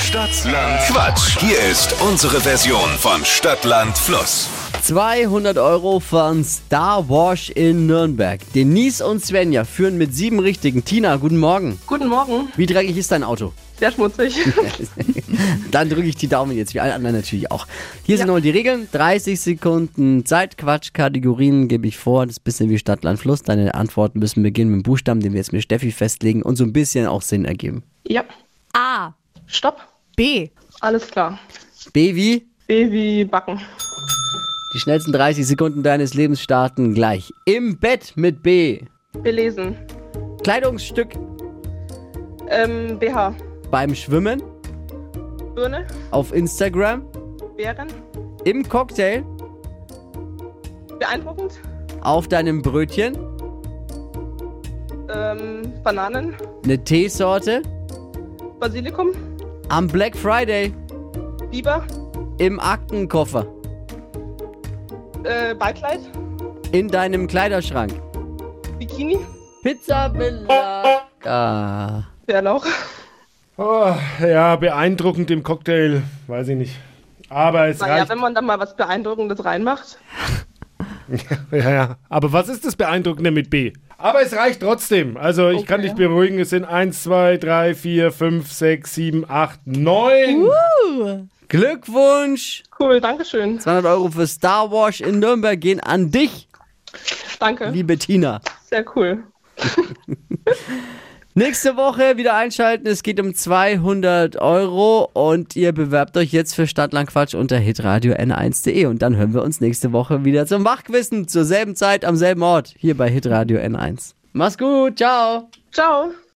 Stadtland Quatsch. Hier ist unsere Version von Stadtland Fluss. 200 € von Star Wash in Nürnberg. Denise und Svenja führen mit 7 Richtigen. Tina, guten Morgen. Guten Morgen. Wie dreckig ist dein Auto? Sehr schmutzig. Dann drücke ich die Daumen jetzt, wie alle anderen natürlich auch. Hier sind nochmal die Regeln. 30 Sekunden Zeit. Quatschkategorien gebe ich vor. Das ist ein bisschen wie Stadt, Land, Fluss. Deine Antworten müssen beginnen mit dem Buchstaben, den wir jetzt mit Steffi festlegen und so ein bisschen auch Sinn ergeben. Ja. A. Stopp. B. Alles klar. B wie? B wie Backen. Die schnellsten 30 Sekunden deines Lebens starten gleich. Im Bett mit B. Belesen. Kleidungsstück. BH. Beim Schwimmen. Birne. Auf Instagram. Beeren. Im Cocktail. Beeindruckend. Auf deinem Brötchen. Bananen. Eine Teesorte. Basilikum. Am Black Friday. Biber. Im Aktenkoffer. Ballkleid. In deinem Kleiderschrank. Bikini. Pizza Bella. Bärlauch. Oh, ja, beeindruckend im Cocktail, weiß ich nicht. Aber es Naja, reicht. wenn man da mal was Beeindruckendes reinmacht. Ja. Aber was ist das Beeindruckende mit B? Aber es reicht trotzdem. Also ich kann dich beruhigen, es sind 1, 2, 3, 4, 5, 6, 7, 8, 9. Glückwunsch. Cool, dankeschön. 200 € für Star Wash in Nürnberg gehen an dich, Danke. liebe Tina. Sehr cool. Nächste Woche wieder einschalten. Es geht um 200 € und ihr bewerbt euch jetzt für Stadtlandquatsch unter hitradio n1.de und dann hören wir uns nächste Woche wieder zum Wachquissen zur selben Zeit am selben Ort hier bei Hitradio N1. Mach's gut, ciao. Ciao.